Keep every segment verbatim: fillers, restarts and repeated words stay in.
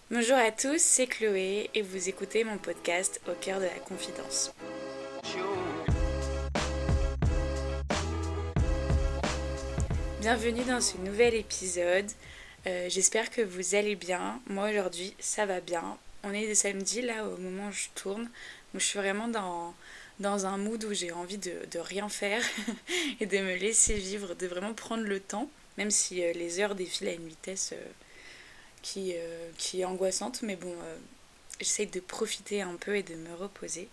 Bonjour à tous, c'est Chloé et vous écoutez mon podcast Au cœur de la confidence. Bienvenue dans ce nouvel épisode. Euh, j'espère que vous allez bien. Moi aujourd'hui, ça va bien. On est samedi là au moment où je tourne. Donc je suis vraiment dans, dans un mood où j'ai envie de, de rien faire et de me laisser vivre, de vraiment prendre le temps, même si euh, les heures défilent à une vitesse euh, qui, euh, qui est angoissante. Mais bon, euh, j'essaie de profiter un peu et de me reposer.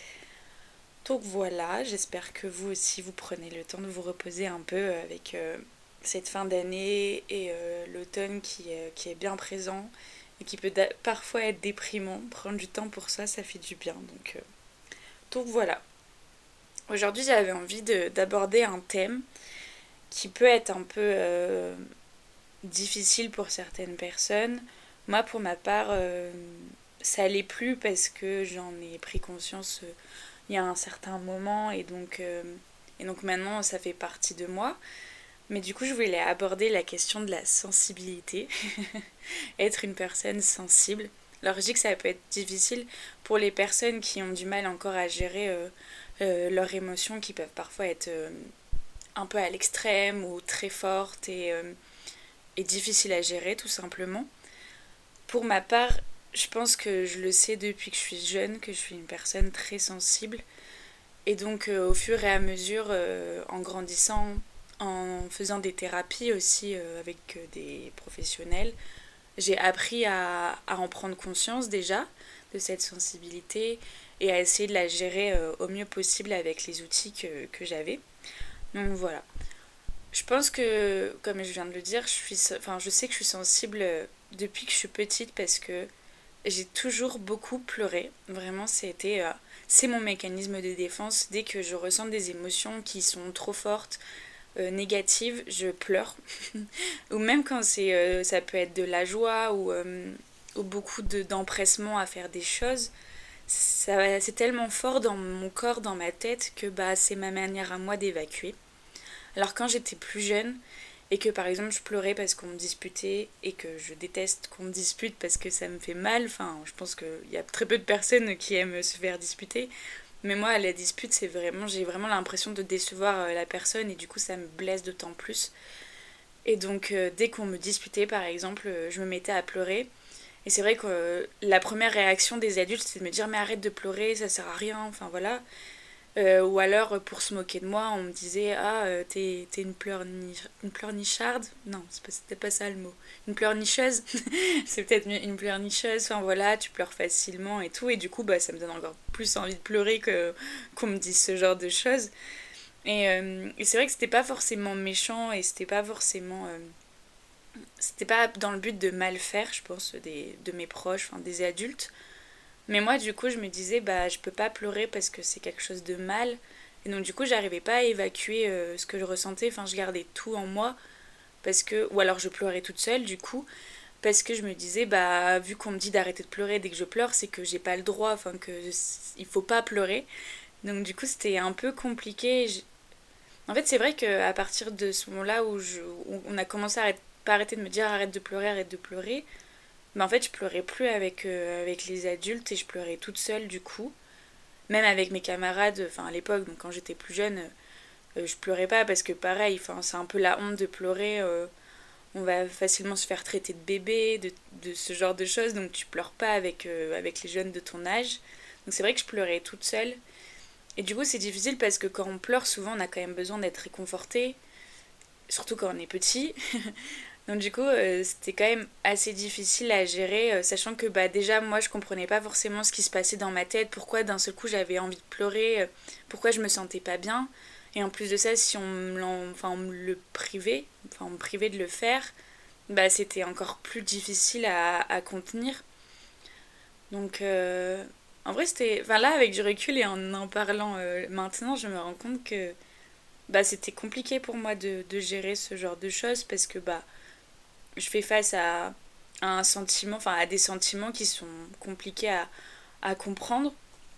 Donc voilà, j'espère que vous aussi vous prenez le temps de vous reposer un peu avec euh, cette fin d'année et euh, l'automne qui, euh, qui est bien présent et qui peut da- parfois être déprimant. Prendre du temps pour ça, ça fait du bien. Donc, euh, donc voilà. Aujourd'hui, j'avais envie de, d'aborder un thème qui peut être un peu euh, difficile pour certaines personnes. Moi, pour ma part, euh, ça l'est plus parce que j'en ai pris conscience euh, il y a un certain moment et donc, euh, et donc maintenant ça fait partie de moi. Mais du coup, je voulais aborder la question de la sensibilité, être une personne sensible. Alors je dis que ça peut être difficile pour les personnes qui ont du mal encore à gérer euh, euh, leurs émotions qui peuvent parfois être euh, un peu à l'extrême ou très fortes et, euh, et difficiles à gérer tout simplement. Pour ma part, je pense que je le sais depuis que je suis jeune, que je suis une personne très sensible. Et donc euh, au fur et à mesure, euh, en grandissant, en faisant des thérapies aussi euh, avec euh, des professionnels, j'ai appris à, à en prendre conscience déjà de cette sensibilité et à essayer de la gérer euh, au mieux possible avec les outils que, que j'avais. Donc voilà. Je pense que, comme je viens de le dire, je, suis, enfin, je sais que je suis sensible euh, depuis que je suis petite parce que j'ai toujours beaucoup pleuré. Vraiment, c'était, euh, c'est mon mécanisme de défense. Dès que je ressens des émotions qui sont trop fortes, euh, négatives, je pleure. Ou même quand c'est, euh, ça peut être de la joie ou, euh, ou beaucoup de, d'empressement à faire des choses. Ça, c'est tellement fort dans mon corps, dans ma tête, que bah, c'est ma manière à moi d'évacuer. Alors quand j'étais plus jeune, et que par exemple je pleurais parce qu'on me disputait et que je déteste qu'on me dispute parce que ça me fait mal, enfin je pense qu'il y a très peu de personnes qui aiment se faire disputer, mais moi la dispute c'est vraiment, j'ai vraiment l'impression de décevoir la personne et du coup ça me blesse d'autant plus. Et donc euh, dès qu'on me disputait par exemple, je me mettais à pleurer. Et c'est vrai que euh, la première réaction des adultes c'est de me dire mais arrête de pleurer, ça sert à rien, enfin voilà. Euh, ou alors, pour se moquer de moi, on me disait ah, euh, t'es, t'es une, pleurni... une pleurnicharde. Non, c'est pas, c'était pas ça le mot. Une pleurnicheuse. C'est peut-être mieux une pleurnicheuse. Enfin voilà, tu pleures facilement et tout. Et du coup, bah, ça me donne encore plus envie de pleurer que, qu'on me dise ce genre de choses. Et, euh, et c'est vrai que c'était pas forcément méchant et c'était pas forcément. Euh, c'était pas dans le but de mal faire, je pense, des, de mes proches, enfin des adultes. Mais moi, du coup, je me disais, bah, je peux pas pleurer parce que c'est quelque chose de mal. Et donc, du coup, j'arrivais pas à évacuer euh, ce que je ressentais. Enfin, je gardais tout en moi. Parce que... Ou alors, je pleurais toute seule, du coup. Parce que je me disais, bah, vu qu'on me dit d'arrêter de pleurer dès que je pleure, c'est que j'ai pas le droit. Enfin, que il faut pas pleurer. Donc, du coup, c'était un peu compliqué. En fait, c'est vrai qu'à partir de ce moment-là où, je... où on a commencé à arrêter, pas arrêter de me dire arrête de pleurer, arrête de pleurer, mais en fait, je pleurais plus avec, euh, avec les adultes et je pleurais toute seule du coup. Même avec mes camarades, enfin à l'époque, donc quand j'étais plus jeune, euh, je pleurais pas parce que pareil, enfin, c'est un peu la honte de pleurer. Euh, on va facilement se faire traiter de bébé, de, de ce genre de choses, donc tu pleures pas avec, euh, avec les jeunes de ton âge. Donc c'est vrai que je pleurais toute seule. Et du coup, c'est difficile parce que quand on pleure, souvent on a quand même besoin d'être réconforté, surtout quand on est petit. Donc du coup, euh, c'était quand même assez difficile à gérer, euh, sachant que bah, déjà, moi, je comprenais pas forcément ce qui se passait dans ma tête, pourquoi d'un seul coup j'avais envie de pleurer, euh, pourquoi je me sentais pas bien. Et en plus de ça, si on me, enfin, on me le privait, enfin, on me privait de le faire, bah, c'était encore plus difficile à, à contenir. Donc, euh, en vrai, c'était... Enfin, là, avec du recul et en en parlant euh, maintenant, je me rends compte que bah, c'était compliqué pour moi de, de gérer ce genre de choses parce que bah, je fais face à, à un sentiment, enfin à des sentiments qui sont compliqués à, à comprendre.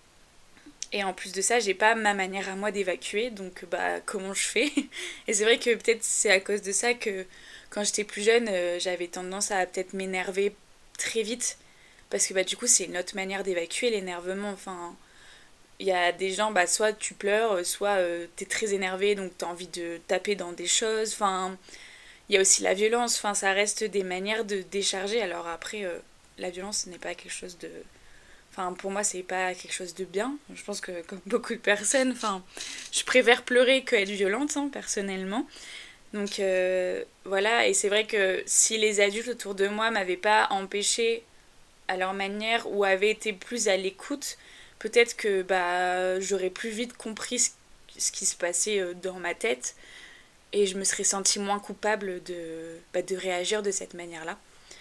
Et en plus de ça, j'ai pas ma manière à moi d'évacuer, donc bah comment je fais. Et c'est vrai que peut-être c'est à cause de ça que quand j'étais plus jeune, euh, j'avais tendance à peut-être m'énerver très vite parce que bah, du coup c'est une autre manière d'évacuer l'énervement. Enfin, il y a des gens, bah, soit tu pleures, soit euh, t'es très énervé, donc t'as envie de taper dans des choses. Enfin, il y a aussi la violence, enfin, ça reste des manières de décharger. Alors après, euh, la violence, ce n'est pas quelque chose de... Enfin, pour moi, c'est pas quelque chose de bien. Je pense que, comme beaucoup de personnes, enfin, je préfère pleurer qu'être violente, hein, personnellement. Donc, euh, voilà, et c'est vrai que si les adultes autour de moi m'avaient pas empêché à leur manière ou avaient été plus à l'écoute, peut-être que bah, j'aurais plus vite compris ce, ce qui se passait euh, dans ma tête et je me serais sentie moins coupable de, bah, de réagir de cette manière-là.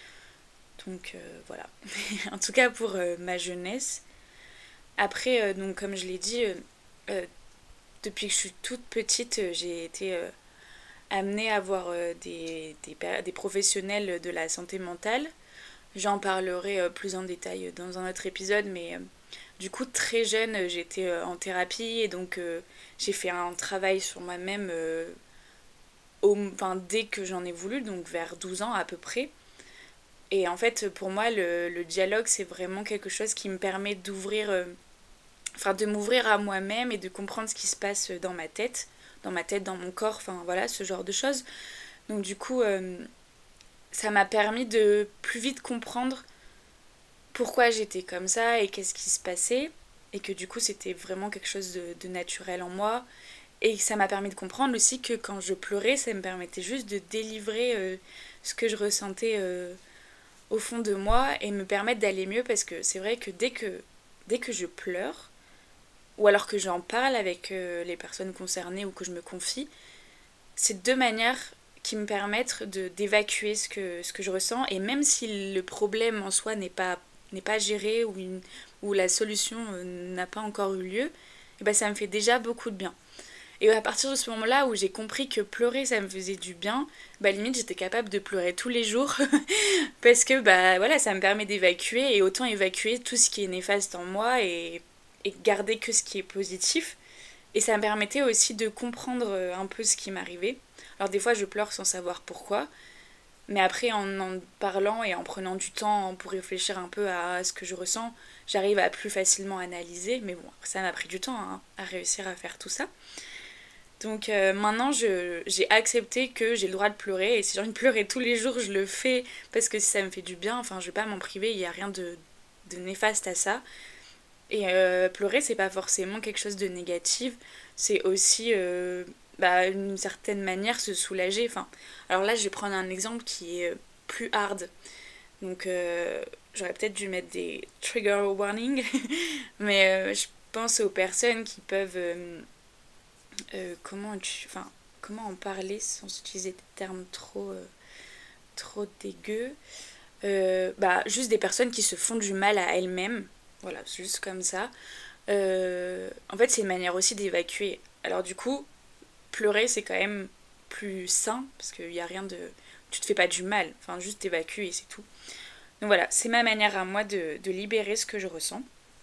Donc euh, voilà. En tout cas pour euh, ma jeunesse. Après, euh, donc comme je l'ai dit, euh, euh, depuis que je suis toute petite, euh, j'ai été euh, amenée à voir euh, des, des, des professionnels de la santé mentale. J'en parlerai euh, plus en détail dans un autre épisode, mais euh, du coup très jeune, euh, j'étais euh, en thérapie et donc euh, j'ai fait un travail sur moi-même euh, au, enfin, dès que j'en ai voulu, donc vers douze ans à peu près. Et en fait, pour moi, le, le dialogue, c'est vraiment quelque chose qui me permet d'ouvrir, euh, enfin, de m'ouvrir à moi-même et de comprendre ce qui se passe dans ma tête, dans ma tête, dans mon corps, enfin voilà, ce genre de choses. Donc du coup, euh, ça m'a permis de plus vite comprendre pourquoi j'étais comme ça et qu'est-ce qui se passait. Et que du coup, c'était vraiment quelque chose de, de naturel en moi. Et ça m'a permis de comprendre aussi que quand je pleurais, ça me permettait juste de délivrer euh, ce que je ressentais euh, au fond de moi et me permettre d'aller mieux parce que c'est vrai que dès que, dès que je pleure, ou alors que j'en parle avec euh, les personnes concernées ou que je me confie, c'est deux manières qui me permettent de, d'évacuer ce que, ce que je ressens. Et même si le problème en soi n'est pas, n'est pas géré ou, une, ou la solution euh, n'a pas encore eu lieu, et ben ça me fait déjà beaucoup de bien. Et à partir de ce moment-là où j'ai compris que pleurer ça me faisait du bien, bah limite j'étais capable de pleurer tous les jours parce que bah voilà ça me permet d'évacuer et autant évacuer tout ce qui est néfaste en moi et, et garder que ce qui est positif. Et ça me permettait aussi de comprendre un peu ce qui m'arrivait. Alors des fois je pleure sans savoir pourquoi, mais après en en parlant et en prenant du temps pour réfléchir un peu à ce que je ressens, j'arrive à plus facilement analyser. Mais bon, ça m'a pris du temps hein, à réussir à faire tout ça. Donc euh, maintenant, je, j'ai accepté que j'ai le droit de pleurer. Et si j'ai envie de pleurer tous les jours, je le fais parce que si ça me fait du bien, enfin, je vais pas m'en priver, il n'y a rien de, de néfaste à ça. Et euh, pleurer, c'est pas forcément quelque chose de négatif. C'est aussi, euh, bah, d'une certaine manière, se soulager. Enfin, alors là, je vais prendre un exemple qui est plus hard. Donc, euh, j'aurais peut-être dû mettre des trigger warnings. Mais euh, je pense aux personnes qui peuvent... euh, euh, comment tu, enfin, comment en parler sans utiliser des termes trop, euh, trop dégueux. Euh, bah, juste des personnes qui se font du mal à elles-mêmes. Voilà, c'est juste comme ça. Euh, en fait, c'est une manière aussi d'évacuer. Alors du coup, pleurer, c'est quand même plus sain, parce qu'il n'y a rien de... Tu te fais pas du mal, enfin, juste t'évacues et c'est tout. Donc voilà, c'est ma manière à moi de, de libérer ce que je ressens.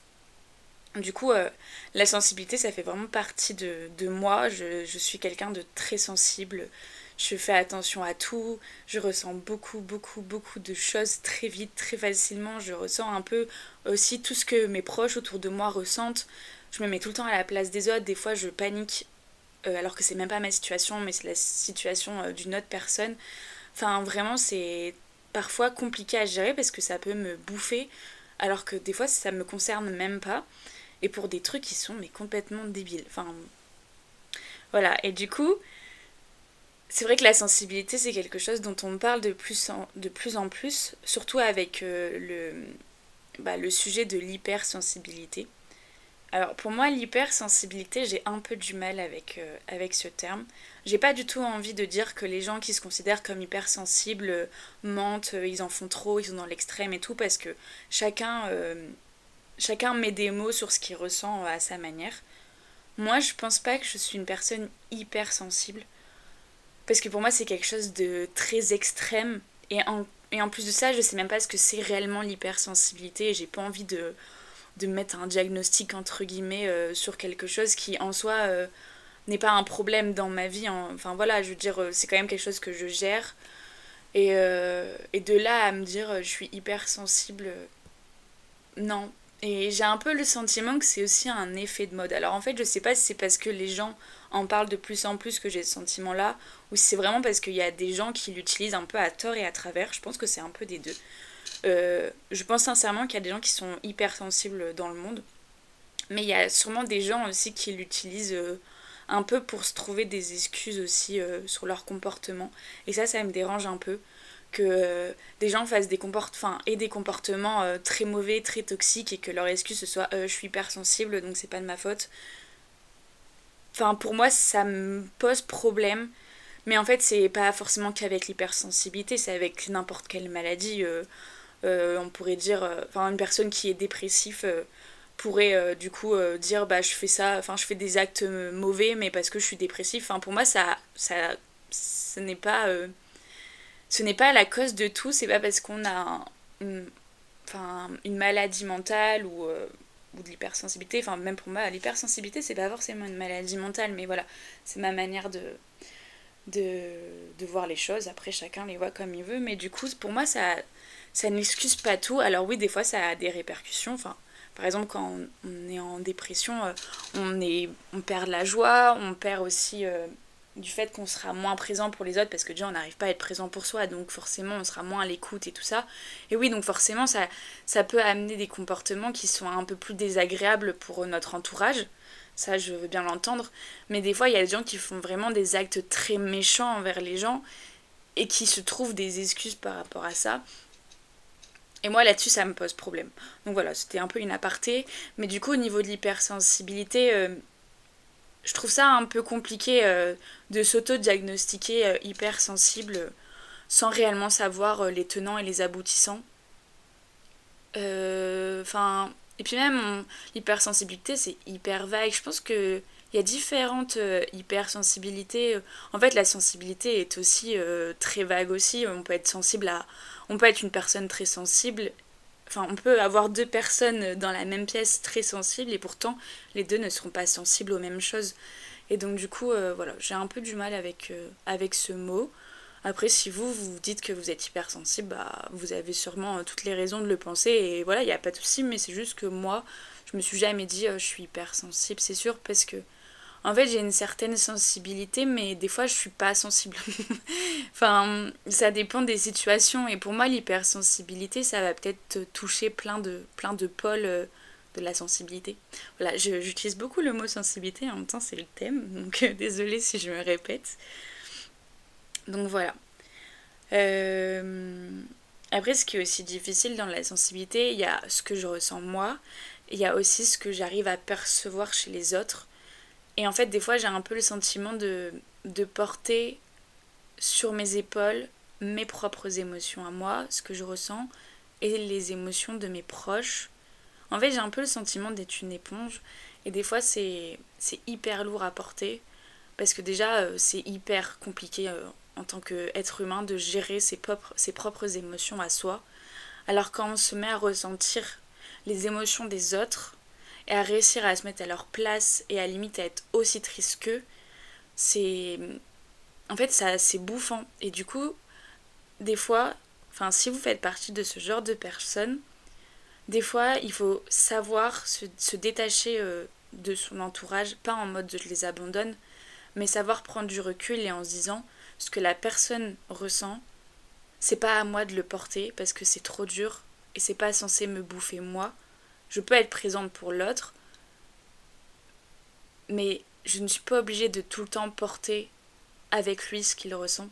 Du coup, euh, la sensibilité, ça fait vraiment partie de, de moi. Je, je suis quelqu'un de très sensible. Je fais attention à tout. Je ressens beaucoup, beaucoup, beaucoup de choses très vite, très facilement. Je ressens un peu aussi tout ce que mes proches autour de moi ressentent. Je me mets tout le temps à la place des autres. Des fois, je panique, euh, alors que c'est même pas ma situation, mais c'est la situation euh, d'une autre personne. Enfin, vraiment, c'est parfois compliqué à gérer parce que ça peut me bouffer, alors que des fois, ça me concerne même pas et pour des trucs qui sont mais complètement débiles. Enfin, voilà. Et du coup, c'est vrai que la sensibilité, c'est quelque chose dont on parle de plus en, de plus, en plus, surtout avec euh, le, bah, le sujet de l'hypersensibilité. Alors pour moi, l'hypersensibilité, j'ai un peu du mal avec, euh, avec ce terme. J'ai pas du tout envie de dire que les gens qui se considèrent comme hypersensibles euh, mentent, euh, ils en font trop, ils sont dans l'extrême et tout, parce que chacun, euh, chacun met des mots sur ce qu'il ressent à sa manière. Moi, je pense pas que je suis une personne hypersensible, parce que pour moi, c'est quelque chose de très extrême, et en, et en plus de ça, je sais même pas ce que c'est réellement l'hypersensibilité, et j'ai pas envie de, de mettre un diagnostic, entre guillemets, euh, sur quelque chose qui, en soi, euh, n'est pas un problème dans ma vie. Hein. Enfin voilà, je veux dire, c'est quand même quelque chose que je gère, et, euh, et de là à me dire, je suis hypersensible... Non. Et j'ai un peu le sentiment que c'est aussi un effet de mode. Alors en fait, je sais pas si c'est parce que les gens en parlent de plus en plus que j'ai ce sentiment-là, ou si c'est vraiment parce qu'il y a des gens qui l'utilisent un peu à tort et à travers. Je pense que c'est un peu des deux. Euh, je pense sincèrement qu'il y a des gens qui sont hypersensibles dans le monde, mais il y a sûrement des gens aussi qui l'utilisent euh, un peu pour se trouver des excuses aussi euh, sur leur comportement. Et ça, ça me dérange un peu que euh, des gens fassent des comportements, enfin, aient des comportements euh, très mauvais, très toxiques, et que leur excuse ce soit euh, je suis hypersensible donc c'est pas de ma faute. Enfin, pour moi, ça me pose problème. Mais en fait, c'est pas forcément qu'avec l'hypersensibilité, c'est avec n'importe quelle maladie. Euh, euh, on pourrait dire, euh, enfin, une personne qui est dépressive euh, pourrait euh, du coup euh, dire, bah, je fais ça, enfin, je fais des actes euh, mauvais, mais parce que je suis dépressif. Enfin, pour moi, ça, ça, ce n'est pas, euh, ce n'est pas la cause de tout. C'est pas parce qu'on a un- une, enfin, une maladie mentale ou euh, ou de l'hypersensibilité, enfin même pour moi l'hypersensibilité c'est pas forcément une maladie mentale, mais voilà, c'est ma manière de, de, de voir les choses. Après, chacun les voit comme il veut. Mais du coup, pour moi, ça, ça n'excuse pas tout. Alors oui, des fois, ça a des répercussions. Enfin, par exemple, quand on, on est en dépression, euh, on, est, on perd de la joie, on perd aussi euh, du fait qu'on sera moins présent pour les autres, parce que déjà, on n'arrive pas à être présent pour soi, donc forcément, on sera moins à l'écoute et tout ça. Et oui, donc forcément, ça, ça peut amener des comportements qui sont un peu plus désagréables pour notre entourage. Ça, je veux bien l'entendre. Mais des fois, il y a des gens qui font vraiment des actes très méchants envers les gens et qui se trouvent des excuses par rapport à ça. Et moi, là-dessus, ça me pose problème. Donc voilà, c'était un peu une aparté. Mais du coup, au niveau de l'hypersensibilité, euh, je trouve ça un peu compliqué euh, de s'auto-diagnostiquer euh, hypersensible euh, sans réellement savoir euh, les tenants et les aboutissants. Euh, Enfin, et puis même, on- l'hypersensibilité, c'est hyper vague. Je pense que il y a différentes euh, hypersensibilités. En fait, la sensibilité est aussi euh, très vague aussi. On peut être sensible à... On peut être une personne très sensible. Enfin, on peut avoir deux personnes dans la même pièce très sensibles et pourtant, les deux ne seront pas sensibles aux mêmes choses. Et donc, du coup, euh, voilà, j'ai un peu du mal avec, euh, avec ce mot. Après, si vous, vous dites que vous êtes hypersensible, bah, vous avez sûrement euh, toutes les raisons de le penser. Et voilà, il n'y a pas de souci, mais c'est juste que moi, je me suis jamais dit euh, je suis hypersensible, c'est sûr, parce que en fait, j'ai une certaine sensibilité, mais des fois, je suis pas sensible. Enfin, ça dépend des situations. Et pour moi, l'hypersensibilité, ça va peut-être toucher plein de, plein de pôles euh, de la sensibilité. Voilà, je- j'utilise beaucoup le mot sensibilité, en même temps, c'est le thème, donc euh, désolée si je me répète. Donc voilà. Euh, Après, ce qui est aussi difficile dans la sensibilité, il y a ce que je ressens moi, il y a aussi ce que j'arrive à percevoir chez les autres. Et en fait, des fois, j'ai un peu le sentiment de, de porter sur mes épaules mes propres émotions à moi, ce que je ressens, et les émotions de mes proches. En fait, j'ai un peu le sentiment d'être une éponge, et des fois, c'est, c'est hyper lourd à porter, parce que déjà, euh, c'est hyper compliqué euh, en tant qu'être humain de gérer ses propres, ses propres émotions à soi. Alors quand on se met à ressentir les émotions des autres et à réussir à se mettre à leur place et à limite à être aussi triste qu'eux, c'est... En fait, ça, c'est bouffant. Et du coup, des fois, enfin, si vous faites partie de ce genre de personnes, des fois, il faut savoir se, se détacher euh, de son entourage, pas en mode je les abandonne, mais savoir prendre du recul et en se disant ce que la personne ressent, c'est pas à moi de le porter parce que c'est trop dur et c'est pas censé me bouffer moi. Je peux être présente pour l'autre, mais je ne suis pas obligée de tout le temps porter avec lui ce qu'il ressent.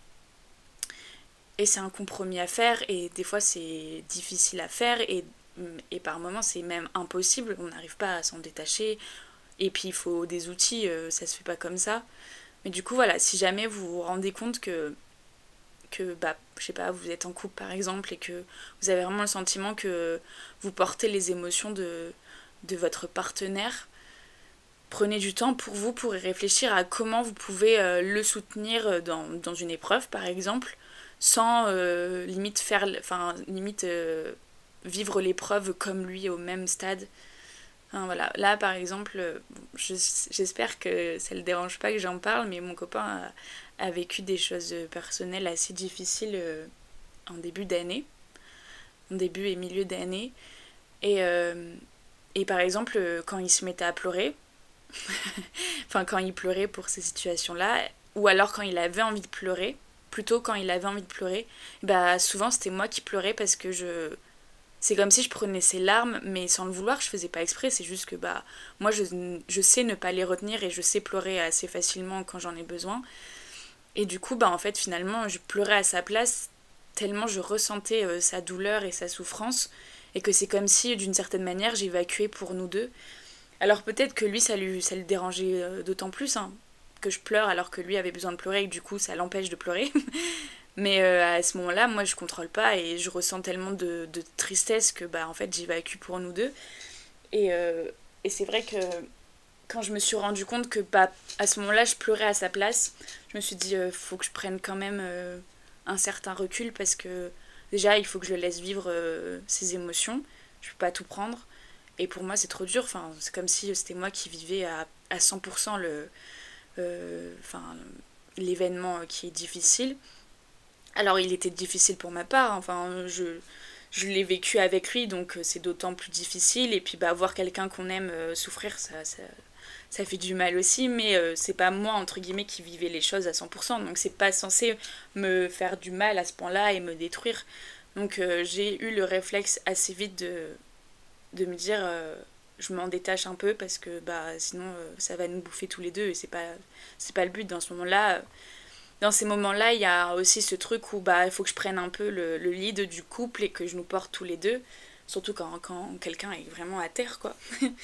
Et c'est un compromis à faire et des fois c'est difficile à faire et, et par moments c'est même impossible, on n'arrive pas à s'en détacher et puis il faut des outils, euh, ça se fait pas comme ça. Mais du coup voilà, si jamais vous vous rendez compte que que bah je sais pas, vous êtes en couple par exemple et que vous avez vraiment le sentiment que vous portez les émotions de, de votre partenaire, prenez du temps pour vous pour y réfléchir à comment vous pouvez euh, le soutenir dans, dans une épreuve par exemple, sans euh, limite faire, enfin limite euh, vivre l'épreuve comme lui au même stade. Enfin, voilà. Là par exemple, euh, je, j'espère que ça le dérange pas que j'en parle, mais mon copain a, a vécu des choses personnelles assez difficiles euh, en début d'année, en début et milieu d'année. Et, euh, et par exemple, quand il se mettait à pleurer, enfin quand il pleurait pour ces situations-là, ou alors quand il avait envie de pleurer, plutôt quand il avait envie de pleurer, bah souvent c'était moi qui pleurais parce que je... C'est comme si je prenais ses larmes, mais sans le vouloir, je faisais pas exprès, c'est juste que bah moi je, je sais ne pas les retenir et je sais pleurer assez facilement quand j'en ai besoin. Et du coup, bah en fait finalement je pleurais à sa place tellement je ressentais euh, sa douleur et sa souffrance, et que c'est comme si d'une certaine manière j'évacuais pour nous deux. Alors peut-être que lui ça, lui, ça le dérangeait euh, d'autant plus, hein, que je pleure alors que lui avait besoin de pleurer et que du coup ça l'empêche de pleurer. Mais euh, à ce moment-là, moi je contrôle pas et je ressens tellement de, de tristesse que bah en fait j'évacue pour nous deux. Et, euh, et c'est vrai que quand je me suis rendu compte que bah, à ce moment-là je pleurais à sa place, je me suis dit euh, faut que je prenne quand même euh, un certain recul, parce que déjà il faut que je le laisse vivre euh, ses émotions, je peux pas tout prendre. Et pour moi c'est trop dur, enfin, c'est comme si c'était moi qui vivais à, à cent pour cent le, euh, enfin, l'événement qui est difficile. Alors il était difficile pour ma part, enfin je, je l'ai vécu avec lui, donc c'est d'autant plus difficile. Et puis bah voir quelqu'un qu'on aime euh, souffrir, ça, ça, ça fait du mal aussi, mais euh, c'est pas moi entre guillemets qui vivais les choses à cent pour cent, donc c'est pas censé me faire du mal à ce point-là et me détruire. Donc euh, j'ai eu le réflexe assez vite de, de me dire euh, je m'en détache un peu, parce que bah sinon euh, ça va nous bouffer tous les deux et c'est pas, c'est pas le but dans ce moment-là. Dans ces moments-là, il y a aussi ce truc où bah il faut que je prenne un peu le, le lead du couple et que je nous porte tous les deux, surtout quand, quand quelqu'un est vraiment à terre, quoi.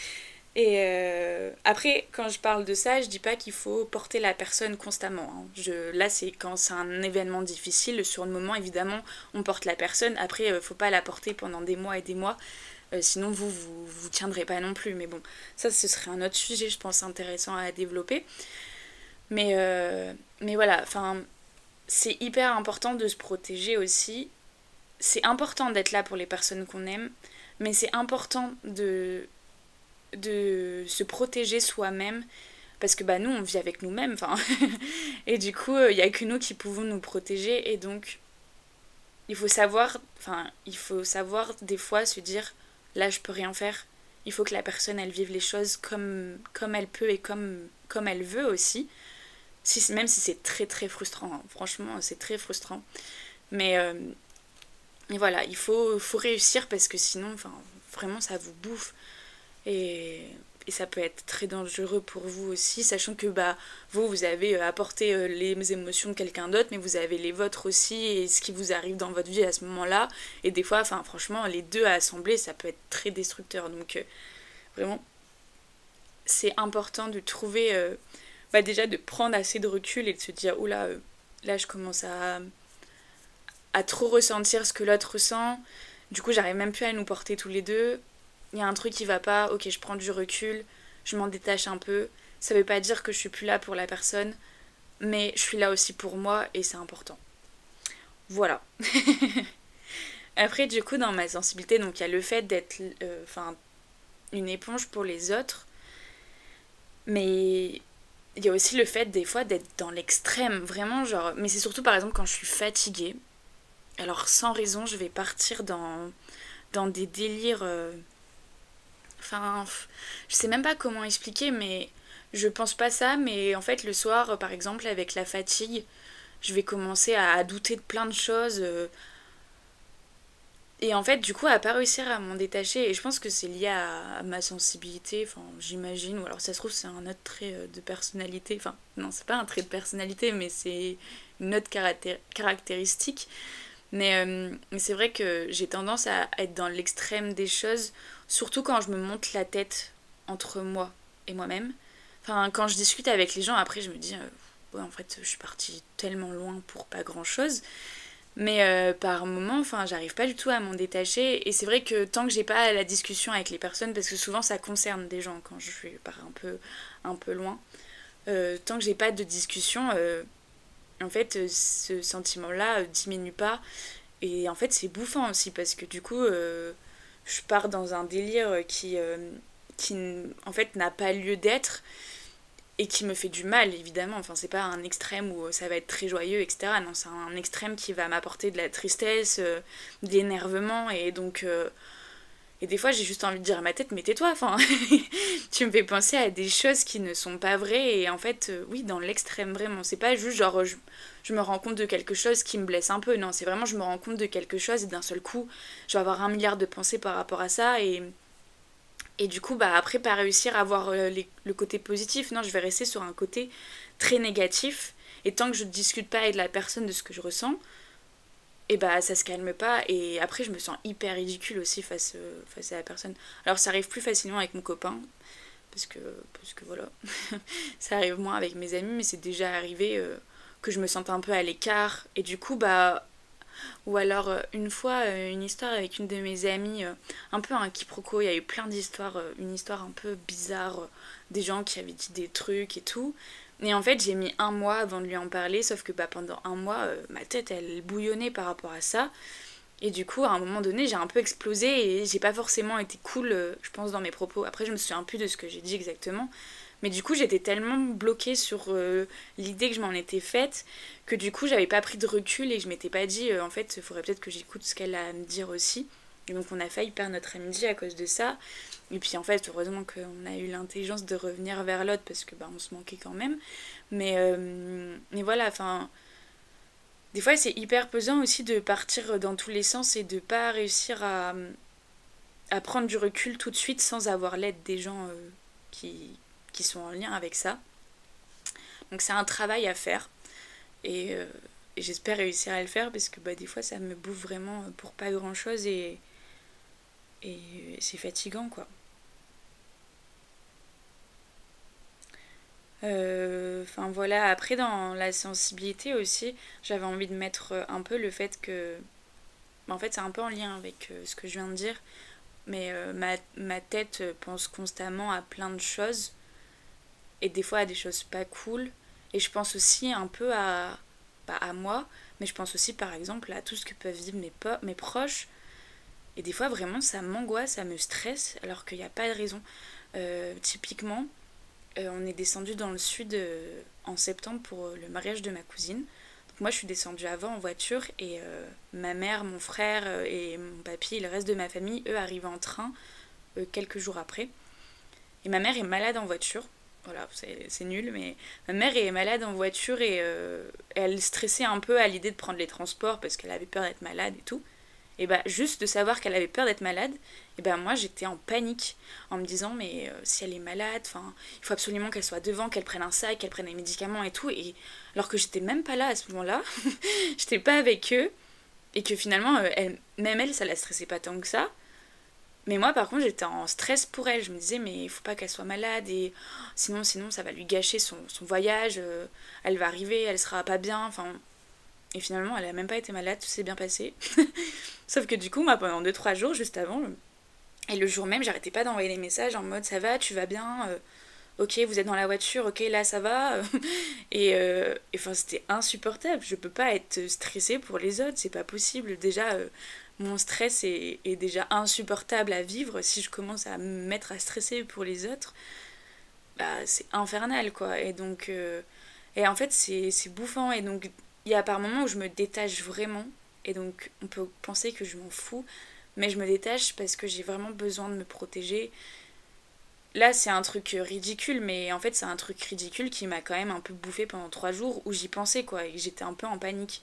Et euh, après, quand je parle de ça, je dis pas qu'il faut porter la personne constamment, hein. Je, là, c'est quand c'est un événement difficile, sur le moment, évidemment, on porte la personne. Après, euh, faut pas la porter pendant des mois et des mois, euh, sinon vous, vous vous tiendrez pas non plus. Mais bon, ça, ce serait un autre sujet, je pense, intéressant à développer. Mais, euh, mais voilà, enfin, c'est hyper important de se protéger aussi. C'est important d'être là pour les personnes qu'on aime, mais c'est important de, de se protéger soi-même, parce que bah, nous, on vit avec nous-mêmes, enfin, et du coup, il n'y a que nous qui pouvons nous protéger, et donc, il faut savoir, enfin, il faut savoir des fois se dire, là, je peux rien faire. Il faut que la personne, elle vive les choses comme, comme elle peut et comme, comme elle veut aussi. Si, même si c'est très très frustrant, hein. Franchement c'est très frustrant, mais euh, et voilà, il faut, faut réussir, parce que sinon enfin, vraiment ça vous bouffe, et, et ça peut être très dangereux pour vous aussi, sachant que bah, vous vous avez apporté les émotions de quelqu'un d'autre, mais vous avez les vôtres aussi et ce qui vous arrive dans votre vie à ce moment là, et des fois enfin, franchement les deux assemblés ça peut être très destructeur. Donc euh, vraiment c'est important de trouver euh, bah déjà de prendre assez de recul et de se dire oula, euh, là je commence à, à trop ressentir ce que l'autre ressent, du coup j'arrive même plus à nous porter tous les deux, il y a un truc qui va pas, ok je prends du recul, je m'en détache un peu, ça veut pas dire que je suis plus là pour la personne, mais je suis là aussi pour moi et c'est important. Voilà. Après du coup dans ma sensibilité, donc il y a le fait d'être euh, enfin, une éponge pour les autres, mais il y a aussi le fait des fois d'être dans l'extrême, vraiment genre, mais c'est surtout par exemple quand je suis fatiguée, alors sans raison je vais partir dans, dans des délires, euh, enfin je sais même pas comment expliquer, mais je pense pas ça, mais en fait le soir par exemple avec la fatigue, je vais commencer à, à douter de plein de choses, euh, et en fait, du coup, à pas réussir à m'en détacher, et je pense que c'est lié à, à ma sensibilité, enfin, j'imagine, ou alors ça se trouve, c'est un autre trait euh, de personnalité, enfin, non, c'est pas un trait de personnalité, mais c'est une autre caractér- caractéristique. Mais, euh, mais c'est vrai que j'ai tendance à être dans l'extrême des choses, surtout quand je me monte la tête entre moi et moi-même. Enfin, quand je discute avec les gens, après, je me dis, euh, ouais, en fait, je suis partie tellement loin pour pas grand-chose. Mais euh, par moments, enfin, j'arrive pas du tout à m'en détacher. Et c'est vrai que tant que j'ai pas la discussion avec les personnes, parce que souvent ça concerne des gens quand je pars un peu, un peu loin, euh, tant que j'ai pas de discussion, euh, en fait, ce sentiment-là euh, diminue pas. Et en fait, c'est bouffant aussi, parce que du coup, euh, je pars dans un délire qui, euh, qui en fait, n'a pas lieu d'être, et qui me fait du mal évidemment, enfin c'est pas un extrême où ça va être très joyeux, etc. Non, c'est un extrême qui va m'apporter de la tristesse, euh, de l'énervement, et donc euh, Et des fois, j'ai juste envie de dire à ma tête, mais tais-toi, enfin, tu me fais penser à des choses qui ne sont pas vraies. Et en fait, euh, oui, dans l'extrême, vraiment. C'est pas juste genre, je, je me rends compte de quelque chose qui me blesse un peu. Non, c'est vraiment, je me rends compte de quelque chose et d'un seul coup, je vais avoir un milliard de pensées par rapport à ça. Et, et du coup, bah, après, pas réussir à voir euh, les, le côté positif. Non, je vais rester sur un côté très négatif. Et tant que je ne discute pas avec la personne de ce que je ressens, et bah ça se calme pas. Et après, je me sens hyper ridicule aussi face, euh, face à la personne. Alors, ça arrive plus facilement avec mon copain, parce que, parce que voilà, ça arrive moins avec mes amis, mais c'est déjà arrivé euh, que je me sente un peu à l'écart. Et du coup, bah. Ou alors, euh, une fois, euh, une histoire avec une de mes amies, euh, un peu un quiproquo, il y a eu plein d'histoires, euh, une histoire un peu bizarre, euh, des gens qui avaient dit des trucs et tout. Et en fait, j'ai mis un mois avant de lui en parler, sauf que bah, pendant un mois, euh, ma tête, elle bouillonnait par rapport à ça. Et du coup, à un moment donné, j'ai un peu explosé et j'ai pas forcément été cool, euh, je pense, dans mes propos. Après, je me souviens plus de ce que j'ai dit exactement. Mais du coup, j'étais tellement bloquée sur euh, l'idée que je m'en étais faite que du coup, j'avais pas pris de recul et je m'étais pas dit, euh, en fait, il faudrait peut-être que j'écoute ce qu'elle a à me dire aussi. Et donc, on a failli perdre notre amitié à cause de ça. Et puis, en fait, heureusement qu'on a eu l'intelligence de revenir vers l'autre parce que bah, on se manquait quand même. Mais, euh, mais voilà, enfin. Des fois, c'est hyper pesant aussi de partir dans tous les sens et de pas réussir à, à prendre du recul tout de suite sans avoir l'aide des gens euh, qui, qui sont en lien avec ça. Donc c'est un travail à faire et, euh, et j'espère réussir à le faire parce que bah, des fois ça me bouffe vraiment pour pas grand chose et, et c'est fatigant quoi. Enfin euh, voilà, après dans la sensibilité aussi, j'avais envie de mettre un peu le fait que. En fait, c'est un peu en lien avec euh, ce que je viens de dire, mais euh, ma, ma tête pense constamment à plein de choses et des fois à des choses pas cool. Et je pense aussi un peu à, bah, à moi, mais je pense aussi par exemple à tout ce que peuvent vivre mes, po- mes proches. Et des fois vraiment ça m'angoisse, ça me stresse alors qu'il n'y a pas de raison. Euh, typiquement, euh, on est descendu dans le sud euh, en septembre pour le mariage de ma cousine. Donc moi je suis descendue avant en voiture et euh, ma mère, mon frère euh, et mon papy et le reste de ma famille, eux, arrivaient en train euh, quelques jours après. Et ma mère est malade en voiture. Voilà, c'est, c'est nul, mais ma mère est malade en voiture et euh, elle stressait un peu à l'idée de prendre les transports parce qu'elle avait peur d'être malade et tout. Et bah juste de savoir qu'elle avait peur d'être malade, et bah moi j'étais en panique en me disant mais euh, si elle est malade, enfin il faut absolument qu'elle soit devant, qu'elle prenne un sac, qu'elle prenne des médicaments et tout. Et alors que j'étais même pas là à ce moment-là, j'étais pas avec eux et que finalement euh, elle, même elle ça la stressait pas tant que ça. Mais moi, par contre, j'étais en stress pour elle. Je me disais, mais il faut pas qu'elle soit malade et sinon, sinon, ça va lui gâcher son, son voyage. Euh, elle va arriver, elle sera pas bien. Enfin, et finalement, elle a même pas été malade, tout s'est bien passé. Sauf que du coup, moi, pendant deux trois jours, juste avant, et le jour même, j'arrêtais pas d'envoyer des messages en mode, ça va, tu vas bien, euh, ok, vous êtes dans la voiture, ok, là, ça va. et euh, enfin, c'était insupportable. Je peux pas être stressée pour les autres, c'est pas possible. Déjà. Euh, mon stress est, est déjà insupportable à vivre. Si je commence à me mettre à stresser pour les autres, bah c'est infernal quoi. Et donc, euh, et en fait c'est, c'est bouffant. Et donc il y a par moments où je me détache vraiment. Et donc on peut penser que je m'en fous, mais je me détache parce que j'ai vraiment besoin de me protéger. Là c'est un truc ridicule, mais en fait c'est un truc ridicule qui m'a quand même un peu bouffé pendant trois jours où j'y pensais quoi. Et j'étais un peu en panique.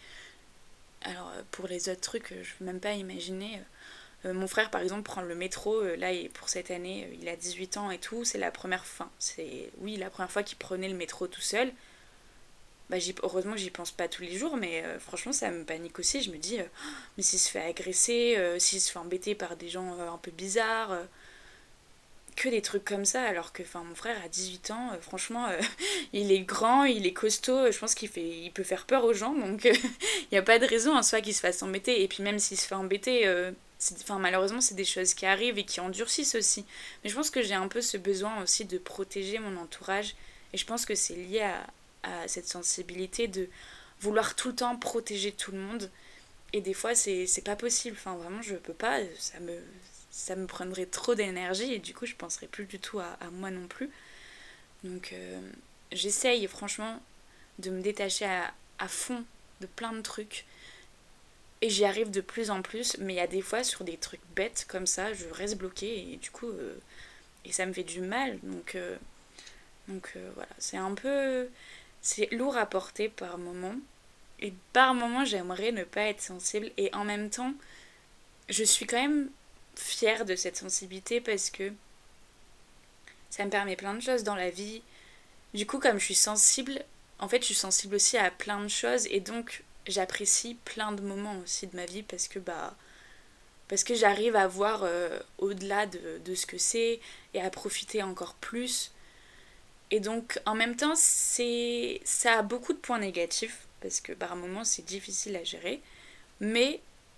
Alors pour les autres trucs, je peux même pas imaginer. Euh, mon frère par exemple prend le métro, euh, là pour cette année, euh, il a dix-huit ans et tout, c'est la première fois, c'est oui la première fois qu'il prenait le métro tout seul. Bah, j'y, heureusement j'y pense pas tous les jours, mais euh, franchement ça me panique aussi. Je me dis, euh, mais s'il se fait agresser, euh, s'il se fait embêter par des gens euh, un peu bizarres, euh, que des trucs comme ça, alors que mon frère a dix-huit ans, euh, franchement, euh, il est grand, il est costaud, je pense qu'il fait, il peut faire peur aux gens, donc il n'y a pas de raison en soi qu'il se fasse embêter. Et puis même s'il se fait embêter, euh, c'est, enfin, malheureusement c'est des choses qui arrivent et qui endurcissent aussi. Mais je pense que j'ai un peu ce besoin aussi de protéger mon entourage, et je pense que c'est lié à, à cette sensibilité de vouloir tout le temps protéger tout le monde. Et des fois c'est, c'est pas possible, enfin vraiment je peux pas, ça me ça me prendrait trop d'énergie et du coup je penserais plus du tout à, à moi non plus. Donc euh, j'essaye franchement de me détacher à, à fond de plein de trucs et j'y arrive de plus en plus, mais il y a des fois sur des trucs bêtes comme ça, je reste bloquée et du coup, euh, et ça me fait du mal. Donc, euh, donc euh, voilà, c'est un peu, c'est lourd à porter par moment. Et par moment, j'aimerais ne pas être sensible. Et en même temps, je suis quand même fière de cette sensibilité parce que ça me permet plein de choses dans la vie. Du coup, comme je suis sensible, en fait, je suis sensible aussi à plein de choses. Et donc, j'apprécie plein de moments aussi de ma vie parce que, bah, parce que j'arrive à voir euh, au-delà de, de ce que c'est et à profiter encore plus. Et donc, en même temps, c'est ça a beaucoup de points négatifs parce que par moments, c'est difficile à gérer. Mais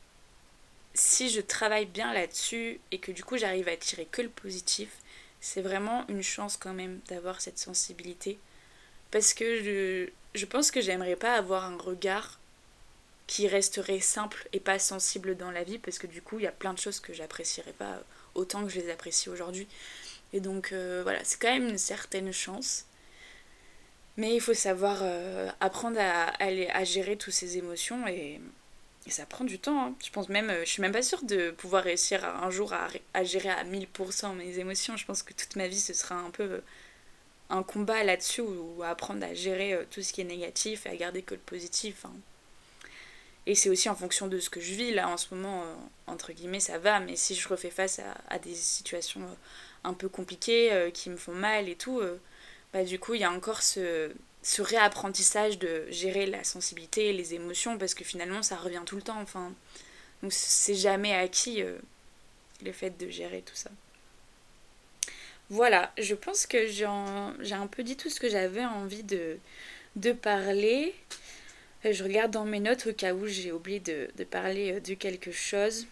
si je travaille bien là-dessus et que du coup j'arrive à tirer que le positif, c'est vraiment une chance quand même d'avoir cette sensibilité. Parce que je, je pense que j'aimerais pas avoir un regard qui resterait simple et pas sensible dans la vie, parce que du coup il y a plein de choses que j'apprécierais pas autant que je les apprécie aujourd'hui. Et donc euh, voilà, c'est quand même une certaine chance. Mais il faut savoir euh, apprendre à, à, à gérer toutes ces émotions et Et ça prend du temps, hein. Je pense même, euh, je suis même pas sûre de pouvoir réussir un jour à, à gérer à mille pour cent mes émotions. Je pense que toute ma vie, ce sera un peu euh, un combat là-dessus ou à apprendre à gérer euh, tout ce qui est négatif et à garder que le positif, hein. Et c'est aussi en fonction de ce que je vis. Là, en ce moment, euh, entre guillemets, ça va. Mais si je refais face à, à des situations euh, un peu compliquées, euh, qui me font mal et tout, euh, bah du coup, il y a encore ce, ce réapprentissage de gérer la sensibilité et les émotions parce que finalement, ça revient tout le temps. Enfin, donc c'est jamais acquis euh, le fait de gérer tout ça. Voilà, je pense que j'ai un peu dit tout ce que j'avais envie de, de parler. Je regarde dans mes notes au cas où j'ai oublié de, de parler de quelque chose.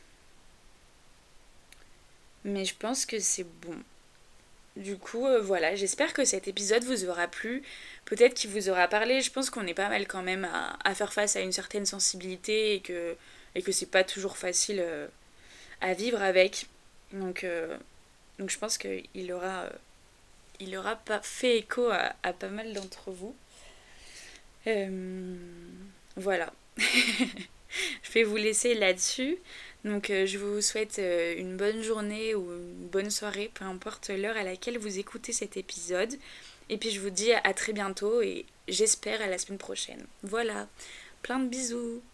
Mais je pense que c'est bon. Du coup, euh, voilà, j'espère que cet épisode vous aura plu. Peut-être qu'il vous aura parlé. Je pense qu'on est pas mal quand même à, à faire face à une certaine sensibilité et que, et que c'est pas toujours facile euh, à vivre avec. Donc, euh, donc je pense qu'il aura, euh, il aura pas fait écho à, à pas mal d'entre vous. Euh, voilà. Je vais vous laisser là-dessus. Donc euh, je vous souhaite euh, une bonne journée ou une bonne soirée, peu importe l'heure à laquelle vous écoutez cet épisode. Et puis je vous dis à très bientôt et j'espère à la semaine prochaine. Voilà, plein de bisous.